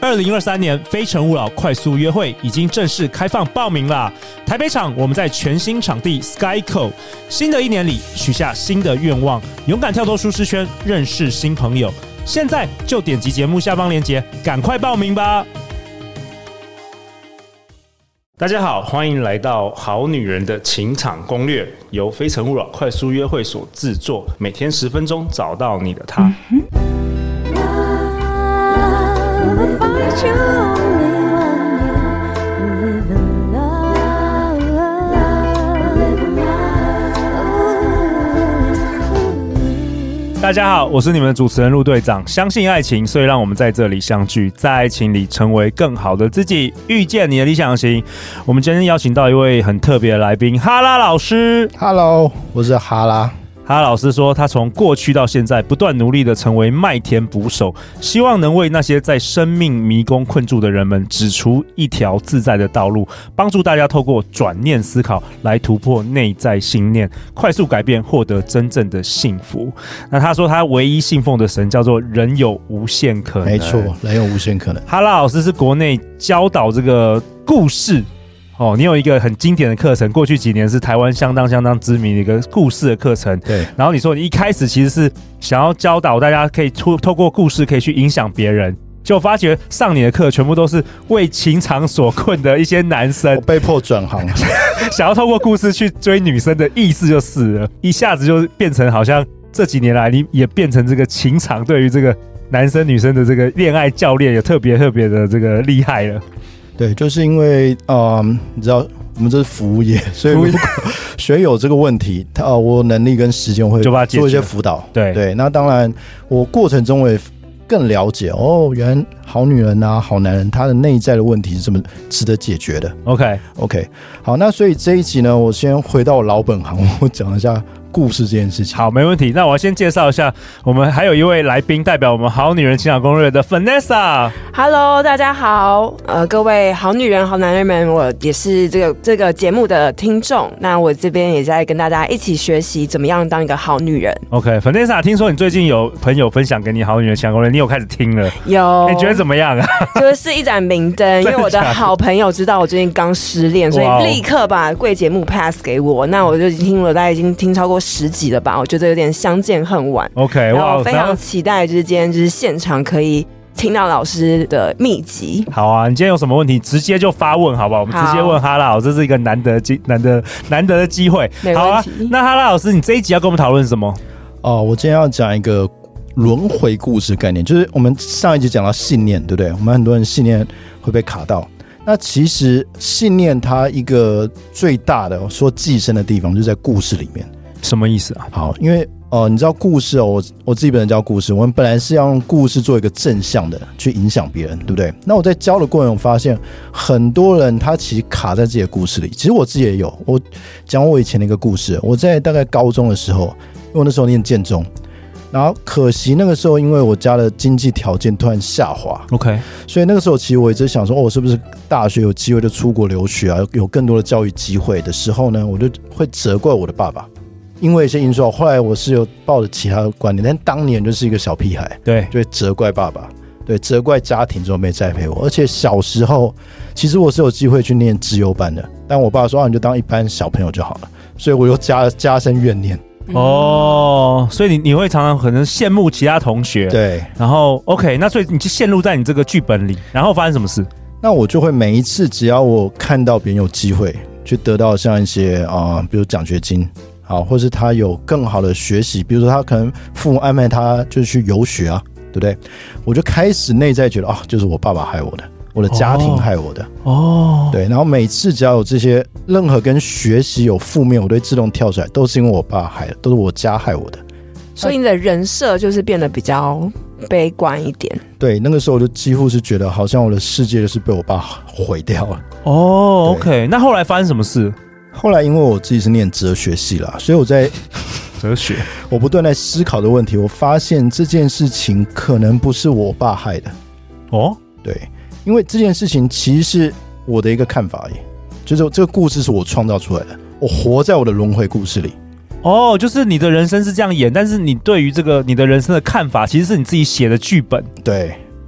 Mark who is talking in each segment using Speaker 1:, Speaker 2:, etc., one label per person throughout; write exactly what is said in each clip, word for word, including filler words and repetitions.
Speaker 1: 二零二三年非诚勿扰快速约会已经正式开放报名啦！台北场我们在全新场地 Skyco， 新的一年里许下新的愿望，勇敢跳脱舒适圈，认识新朋友。现在就点击节目下方链接，赶快报名吧！大家好，欢迎来到《好女人的情场攻略》，由非诚勿扰快速约会所制作，每天十分钟，找到你的他。嗯大家好，我是你们的主持人陆队长。相信爱情，所以让我们在这里相聚，在爱情里成为更好的自己，遇见你的理想型。我们今天邀请到一位很特别的来宾，哈拉老师。
Speaker 2: Hello， 我是哈拉。
Speaker 1: 哈拉老师说，他从过去到现在不断努力的成为麦田捕手，希望能为那些在生命迷宫困住的人们指出一条自在的道路，帮助大家透过转念思考来突破内在信念，快速改变，获得真正的幸福。那他说他唯一信奉的神叫做人有无限可能。
Speaker 2: 没错，人有无限可能。
Speaker 1: 哈拉老师是国内教导这个故事哦，你有一个很经典的课程，过去几年是台湾相当相当知名的一个故事的课程。
Speaker 2: 对，
Speaker 1: 然后你说你一开始其实是想要教导大家可以透过故事可以去影响别人，就发觉上你的课全部都是为情场所困的一些男生，
Speaker 2: 我被迫转行，
Speaker 1: 想要透过故事去追女生的意思就是了，一下子就变成好像这几年来你也变成这个情场对于这个男生女生的这个恋爱教练也特别特别的这个厉害了。
Speaker 2: 对，就是因为嗯，你知道我们这是服务业，所以如果学友这个问题，他、呃、我能力跟时间会做一些辅导。
Speaker 1: 对对，
Speaker 2: 那当然我过程中我也更了解哦，原来好女人啊、好男人他的内在的问题是这么值得解决的。
Speaker 1: OK
Speaker 2: OK， 好，那所以这一集呢，我先回到我老本行，我讲一下故事这件事情。
Speaker 1: 好，没问题。那我要先介绍一下，我们还有一位来宾，代表我们好女人情场攻略的 Vanessa。Hello，
Speaker 3: 大家好，呃，各位好女人、好男人们，我也是这个这个节目的听众。那我这边也在跟大家一起学习怎么样当一个好女人。
Speaker 1: OK，Vanessa， 听说你最近有朋友分享给你好女人情场攻略，你有开始听了？
Speaker 3: 有。
Speaker 1: 你觉得怎么样啊？
Speaker 3: 就是一盏明灯，因为我的好朋友知道我最近刚失恋，所以立刻把贵节目 pass 给我。那我就听了，大概已经听超过十集了吧，我觉得有点相见恨晚。
Speaker 1: OK，
Speaker 3: 然后我非常期待就是今天就是现场可以听到老师的秘籍。
Speaker 1: 好啊，你今天有什么问题直接就发问好不好？我们直接问哈拉老师，这是一个难得难得难得的机会。好啊，那哈拉老师，你这一集要跟我们讨论什么？
Speaker 2: 哦，我今天要讲一个轮回故事概念，就是我们上一集讲到信念，对不对？我们很多人信念会被卡到。那其实信念它一个最大的说寄生的地方，就是在故事里面。
Speaker 1: 什么意思啊？
Speaker 2: 好，因为呃，你知道故事哦，我我自己本人教故事，我们本来是要用故事做一个正向的去影响别人，对不对？那我在教的过程中发现，很多人他其实卡在自己的故事里。其实我自己也有，我讲我以前的一个故事，我在大概高中的时候，因为我那时候念建中。然后可惜那个时候，因为我家的经济条件突然下滑
Speaker 1: ，OK，
Speaker 2: 所以那个时候其实我一直想说，哦，我是不是大学有机会就出国留学啊，有更多的教育机会的时候呢，我就会责怪我的爸爸，因为一些因素。后来我是有抱着其他的观点，但当年就是一个小屁孩，
Speaker 1: 对，
Speaker 2: 就会责怪爸爸，对，责怪家庭怎么没栽培我。而且小时候其实我是有机会去念资优班的，但我爸说啊，你就当一般小朋友就好了，所以我又加加深怨念。
Speaker 1: 哦，所以你你会常常可能羡慕其他同学，
Speaker 2: 对，
Speaker 1: 然后 OK， 那所以你就陷入在你这个剧本里，然后发生什么事？
Speaker 2: 那我就会每一次只要我看到别人有机会去得到像一些啊、呃，比如奖学金，好，或是他有更好的学习，比如说他可能父母安排他就是去游学啊，对不对？我就开始内在觉得啊，就是我爸爸害我的。我的家庭害我的
Speaker 1: 哦，
Speaker 2: 对，然后每次只要有这些任何跟学习有负面，我都会自动跳出来，都是因为我爸害的，都是我家害我的。
Speaker 3: 所以你的人设就是变得比较悲观一点。
Speaker 2: 对，那个时候我就几乎是觉得，好像我的世界就是被我爸毁掉了。
Speaker 1: 哦 ，OK， 那后来发生什么事？
Speaker 2: 后来因为我自己是念哲学系啦，所以我在
Speaker 1: 哲学，
Speaker 2: 我不断在思考的问题，我发现这件事情可能不是我爸害的。
Speaker 1: 哦，
Speaker 2: 对。因为这件事情其实是我的一个看法而已，就是这个故事是我创造出来的，我活在我的轮回故事里。
Speaker 1: 哦，就是你的人生是这样演，但是你对于这个你的人生的看法，其实是你自己写的剧本。
Speaker 2: 对，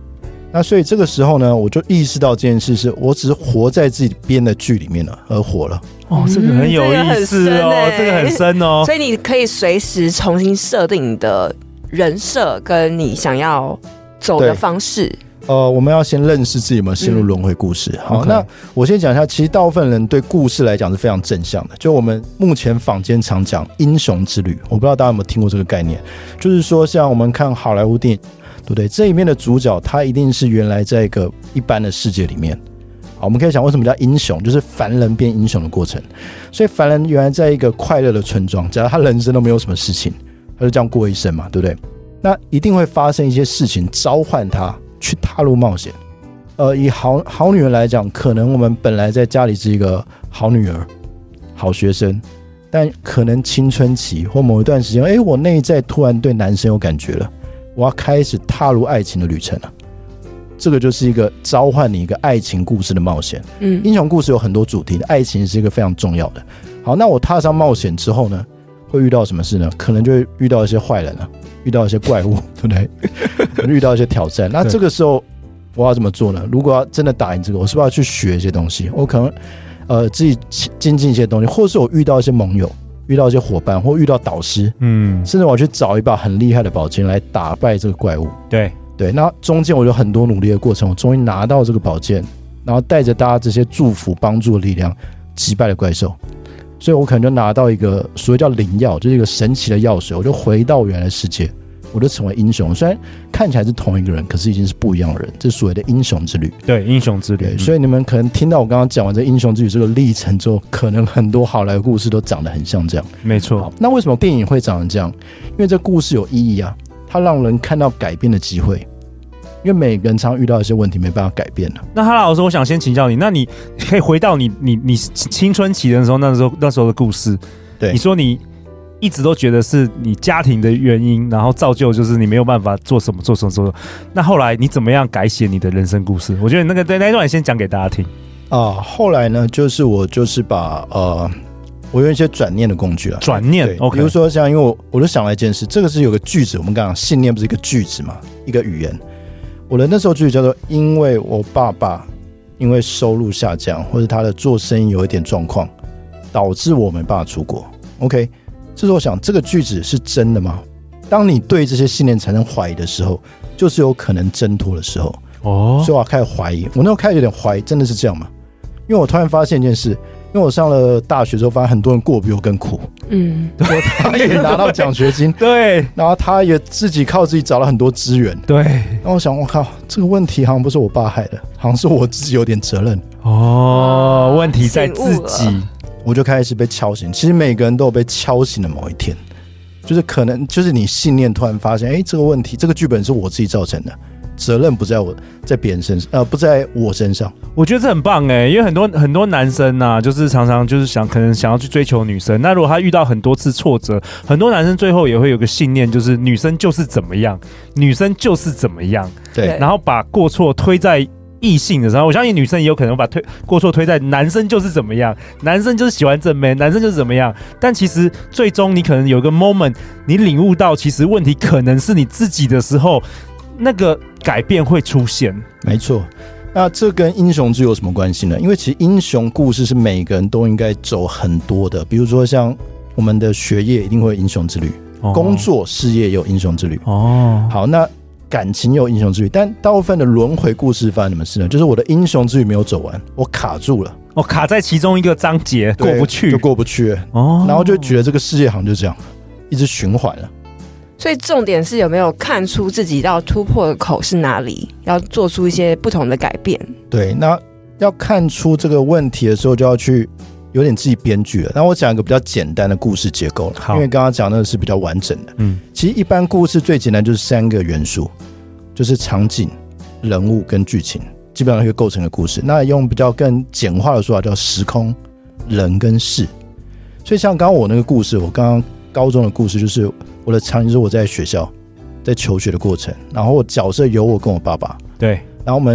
Speaker 2: 那所以这个时候呢，我就意识到这件事是我只是活在自己编的剧里面了而活了。
Speaker 1: 哦，这个很有意思哦，嗯、这个很深哦。
Speaker 3: 所以你可以随时重新设定你的人设跟你想要走的方式。
Speaker 2: 呃，我们要先认识自己有没有陷入轮回故事。嗯、好， okay. 那我先讲一下，其实大部分人对故事来讲是非常正向的。就我们目前坊间常讲英雄之旅，我不知道大家有没有听过这个概念，就是说像我们看好莱坞电影，对不对？这里面的主角他一定是原来在一个一般的世界里面。好，我们可以想为什么叫英雄，就是凡人变英雄的过程。所以凡人原来在一个快乐的村庄，假如他人生都没有什么事情，他就这样过一生嘛，对不对？那一定会发生一些事情召唤他去踏入冒险。呃，以好好女人来讲，可能我们本来在家里是一个好女儿、好学生，但可能青春期或某一段时间，哎，我内在突然对男生有感觉了，我要开始踏入爱情的旅程了。这个就是一个召唤你一个爱情故事的冒险。嗯，英雄故事有很多主题，爱情是一个非常重要的。好，那我踏上冒险之后呢，会遇到什么事呢？可能就会遇到一些坏人了，遇到一些怪物，对不对？遇到一些挑战。那这个时候我要怎么做呢？如果要真的打赢这个，我是不是要去学一些东西？我可能呃自己精进一些东西，或者是我遇到一些盟友，遇到一些伙伴，或遇到导师，嗯，甚至我要去找一把很厉害的宝剑来打败这个怪物。
Speaker 1: 对。
Speaker 2: 对，那中间我有很多努力的过程，我终于拿到这个宝剑，然后带着大家这些祝福、帮助的力量，击败了怪兽。所以我可能就拿到一个所谓叫灵药，就是一个神奇的药水，我就回到原来世界，我就成为英雄。虽然看起来是同一个人，可是已经是不一样的人，这是所谓的英雄之旅。
Speaker 1: 对，英雄之旅。
Speaker 2: 对，所以你们可能听到我刚刚讲完这英雄之旅这个历程之后，可能很多好莱坞故事都长得很像这样。
Speaker 1: 没错。
Speaker 2: 那为什么电影会长成这样？因为这故事有意义啊。它让人看到改变的机会，因为每个人常遇到一些问题没办法改变了。
Speaker 1: 那哈拉老师，我想先请教你，那你可以回到你你你青春期的时候，那时候那时候的故事。
Speaker 2: 对，
Speaker 1: 你说你一直都觉得是你家庭的原因，然后造就就是你没有办法做什么做什么做什么。那后来你怎么样改写你的人生故事？我觉得那个那一段先讲给大家听
Speaker 2: 啊。后来呢，就是我就是把呃。我用一些转念的工具啊，
Speaker 1: 转念 ，OK，
Speaker 2: 比如说像，因为我我就想了一件事，这个是有个句子，我们刚刚信念不是一个句子嘛，一个语言。我的那时候句子叫做，因为我爸爸因为收入下降，或者他的做生意有一点状况，导致我没办法出国。OK， 这时候我想，这个句子是真的吗？当你对这些信念产生怀疑的时候，就是有可能挣脱的时候。哦，所以我开始怀疑，我那时候开始有点怀疑，真的是这样吗？因为我突然发现一件事。因为我上了大学之后，发现很多人过比我更苦。嗯，他也拿到奖学金，
Speaker 1: 对，
Speaker 2: 然后他也自己靠自己找了很多资源，
Speaker 1: 对。
Speaker 2: 然后我想，我靠，这个问题好像不是我爸害的，好像是我自己有点责任。
Speaker 1: 哦，问题在自己，
Speaker 2: 我就开始被敲醒。其实每个人都有被敲醒的某一天，就是可能就是你信念突然发现，哎，这个问题，这个剧本是我自己造成的。责任不在我，在别人身上，呃，不在我身上。
Speaker 1: 我觉得这很棒哎，因为很多很多男生啊，就是常常就是想，可能想要去追求女生。那如果他遇到很多次挫折，很多男生最后也会有个信念，就是女生就是怎么样，女生就是怎么样。
Speaker 2: 对，
Speaker 1: 然后把过错推在异性的时候，我相信女生也有可能把推过错推在男生就是怎么样，男生就是喜欢正妹，男生就是怎么样。但其实最终你可能有个 moment， 你领悟到其实问题可能是你自己的时候。那个改变会出现，
Speaker 2: 没错。那这跟英雄之旅有什么关系呢？因为其实英雄故事是每个人都应该走很多的，比如说像我们的学业一定会有英雄之旅，哦、工作事业也有英雄之旅。哦，好，那感情也有英雄之旅，但大部分的轮回故事发生什么事呢？就是我的英雄之旅没有走完，我卡住了，
Speaker 1: 我卡在其中一个章节过不去，
Speaker 2: 就过不去了。哦，然后就觉得这个世界好像就这样一直循环了。
Speaker 3: 所以重点是有没有看出自己要突破的口是哪里，要做出一些不同的改变。
Speaker 2: 对，那要看出这个问题的时候，就要去有点自己编剧了。那我讲一个比较简单的故事结构了，因为刚刚讲的是比较完整的。嗯，其实一般故事最简单就是三个元素，就是场景、人物跟剧情，基本上可以构成的故事。那用比较更简化的说法叫时空、人跟事。所以像刚刚我那个故事，我刚刚高中的故事就是。我的场景是我在学校，在求学的过程，然后我角色有我跟我爸爸，
Speaker 1: 对，
Speaker 2: 然后我们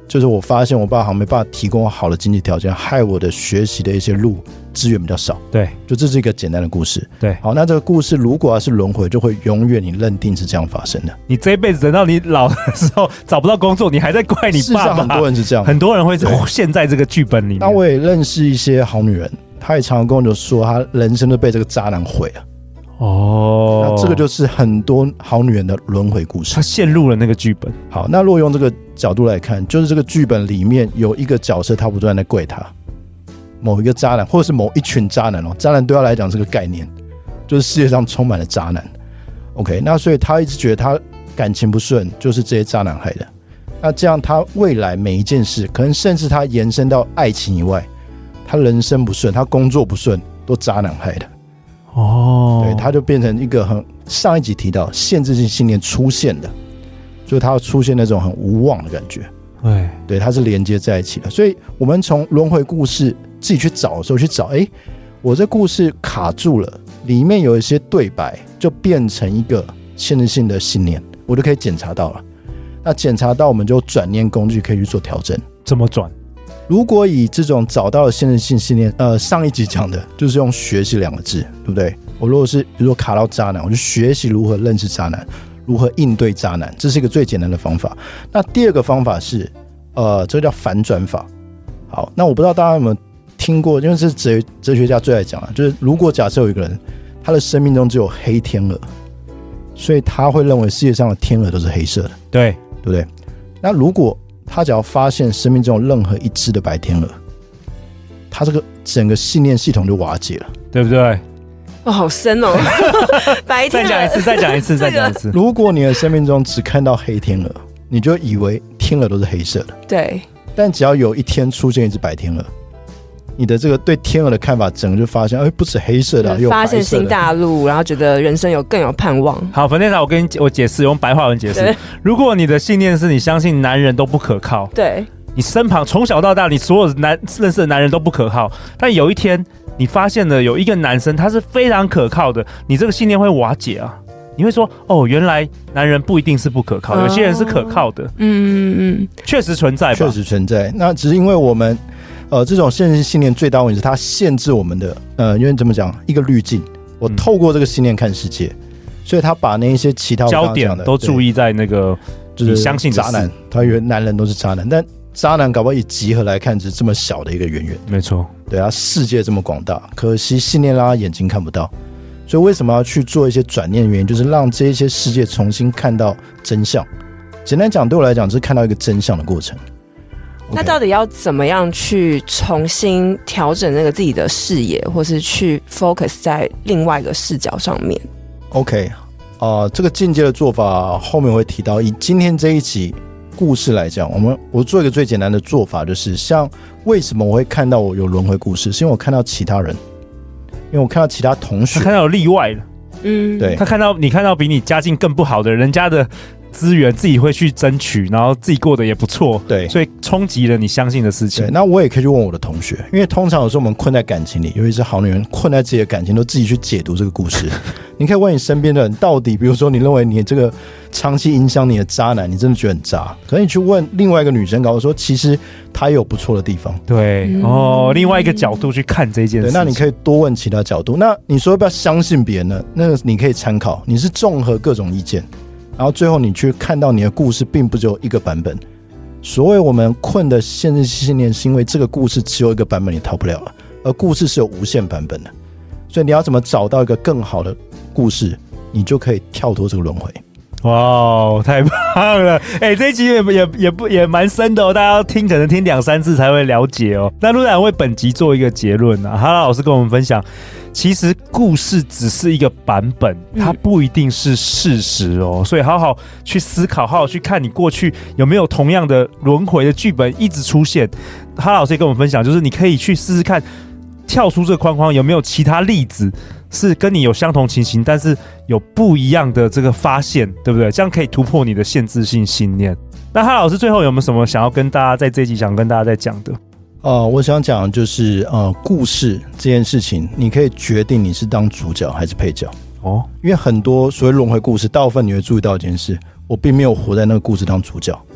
Speaker 2: 就是我发现我爸好像没办法提供好的经济条件，害我的学习的一些路资源比较少。
Speaker 1: 对，
Speaker 2: 就这是一个简单的故事。
Speaker 1: 对，
Speaker 2: 好，那这个故事如果要是轮回，就会永远你认定是这样发生的。
Speaker 1: 你这一辈子等到你老的时候找不到工作，你还在怪你爸爸。
Speaker 2: 事实上很多人是这样，
Speaker 1: 很多人会陷在这个剧本里面。
Speaker 2: 那我也认识一些好女人，她也常常跟我说，她人生都被这个渣男毁了。哦，那这个就是很多好女人的轮回故事，
Speaker 1: 她陷入了那个剧本。
Speaker 2: 好，那如果用这个角度来看，就是这个剧本里面有一个角色，他不断在跪他，某一个渣男，或者是某一群渣男哦，渣男对他来讲这个概念，就是世界上充满了渣男。OK， 那所以他一直觉得他感情不顺，就是这些渣男害的。那这样他未来每一件事，可能甚至他延伸到爱情以外，他人生不顺，他工作不顺，都渣男害的。哦，对，他就变成一个很上一集提到限制性信念出现的，所以他要出现那种很无望的感觉。对，对，它是连接在一起的。所以我们从轮回故事自己去找的时候，去找，哎，我这故事卡住了，里面有一些对白就变成一个限制性的信念，我就可以检查到了。那检查到，我们就转念工具可以去做调整。
Speaker 1: 怎么转？
Speaker 2: 如果以这种找到的限制性信念，呃，上一集讲的就是用学习两个字，对不对？我如果是比如说卡到渣男，我就学习如何认识渣男，如何应对渣男，这是一个最简单的方法。那第二个方法是，呃，这个叫反转法。好，那我不知道大家有没有听过，因为这是哲哲学家最爱讲的，就是如果假设有一个人，他的生命中只有黑天鹅，所以他会认为世界上的天鹅都是黑色的，
Speaker 1: 对，
Speaker 2: 对不对？那如果他只要发现生命中有任何一只的白天鹅，他这个整个信念系统就瓦解了，
Speaker 1: 对不对？
Speaker 3: 哦，好深哦！白天鹅，
Speaker 1: 再讲一次，再讲一次，再讲一次。
Speaker 2: 如果你的生命中只看到黑天鹅，你就以为天鹅都是黑色的。
Speaker 3: 对。
Speaker 2: 但只要有一天出现一只白天鹅，你的这个对天鹅的看法，整个就发现，哎，不止黑色的、啊，有白色的，
Speaker 3: 发现新大陆，然后觉得人生有更有盼望。
Speaker 1: 好，粉店长，我跟你我解释，用白话文解释。如果你的信念是你相信男人都不可靠，
Speaker 3: 对，
Speaker 1: 你身旁从小到大，你所有男认识的男人都不可靠，但有一天你发现了有一个男生他是非常可靠的，你这个信念会瓦解啊。你会说，哦，原来男人不一定是不可靠，有些人是可靠的。嗯嗯嗯，确实存在吧？
Speaker 2: 确实存在。那只是因为我们，呃，这种限制信念最大问题是它限制我们的，呃，因为怎么讲，一个滤镜，我透过这个信念看世界，嗯、所以他把那一些其他
Speaker 1: 焦点都注意在那个就是相信的
Speaker 2: 渣男，他以为男人都是渣男，但渣男搞不好以集合来看，只是这么小的一个圆圆。
Speaker 1: 没错，
Speaker 2: 对啊，世界这么广大，可惜信念让他眼睛看不到。所以为什么要去做一些转念的原因，就是让这些世界重新看到真相。简单讲，对我来讲，是看到一个真相的过程。
Speaker 3: 那到底要怎么样去重新调整那个自己的视野，或是去 focus 在另外一个视角上面
Speaker 2: ？OK， 呃，这个进阶的做法后面我会提到。以今天这一集故事来讲，我们我做一个最简单的做法，就是像为什么我会看到我有轮回故事，是因为我看到其他人。因为我看到其他同学，
Speaker 1: 他看到有例外了，
Speaker 3: 嗯，
Speaker 2: 对，
Speaker 1: 他看到你看到比你家境更不好的人家的资源，自己会去争取，然后自己过得也不错，
Speaker 2: 对，
Speaker 1: 所以冲击了你相信的事情。
Speaker 2: 对，那我也可以去问我的同学，因为通常有时候我们困在感情里，尤其是好女人困在自己的感情，都自己去解读这个故事。你可以问你身边的人，到底，比如说你认为你这个长期影响你的渣男，你真的觉得很渣，可是你去问另外一个女生，告诉说其实他有不错的地方。
Speaker 1: 对、嗯、哦，另外一个角度去看这件事情。
Speaker 2: 对，那你可以多问其他角度。那你说要不要相信别人呢？那个你可以参考，你是综合各种意见，然后最后你去看到你的故事并不只有一个版本。所谓我们困的限制信念，是因为这个故事只有一个版本，你逃不了了，而故事是有无限版本的。所以你要怎么找到一个更好的故事，你就可以跳脱这个轮回。
Speaker 1: 哇，太棒了！哎、欸，这一集也也也不也蛮深的哦，大家要听可能听两三次才会了解哦。那陆队长为本集做一个结论啊，哈拉老师跟我们分享，其实故事只是一个版本，它不一定是事实哦，所以好好去思考，好好去看你过去有没有同样的轮回的剧本一直出现。哈拉老师也跟我们分享，就是你可以去试试看。跳出这个框框，有没有其他例子是跟你有相同情形，但是有不一样的这个发现，对不对？这样可以突破你的限制性信念。那哈老师最后有没有什么想要跟大家在这一集想跟大家在讲的？
Speaker 2: 呃，我想讲就是呃，故事这件事情，你可以决定你是当主角还是配角哦。因为很多所谓轮回故事，大部分你会注意到一件事，我并没有活在那个故事当主角，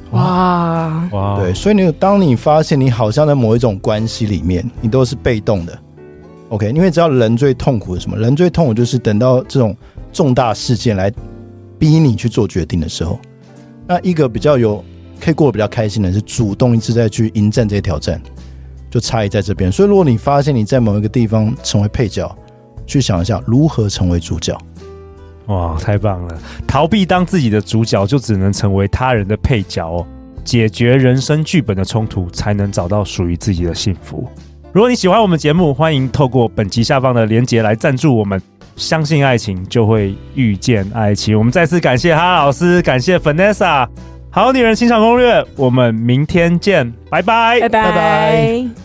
Speaker 3: 哇
Speaker 2: 哇，对，所以你当你发现你好像在某一种关系里面，你都是被动的 ，OK？ 因为只要人最痛苦的是什么？人最痛苦就是等到这种重大事件来逼你去做决定的时候，那一个比较有可以过得比较开心的人是主动一直在去迎战这些挑战，就差异在这边。所以如果你发现你在某一个地方成为配角，去想一下如何成为主角。
Speaker 1: 哇，太棒了！逃避当自己的主角，就只能成为他人的配角哦。解决人生剧本的冲突，才能找到属于自己的幸福。如果你喜欢我们节目，欢迎透过本集下方的连结来赞助我们。相信爱情，就会遇见爱情。我们再次感谢哈老师，感谢 Vanessa。好女人情场攻略，我们明天见，拜拜，
Speaker 3: 拜拜。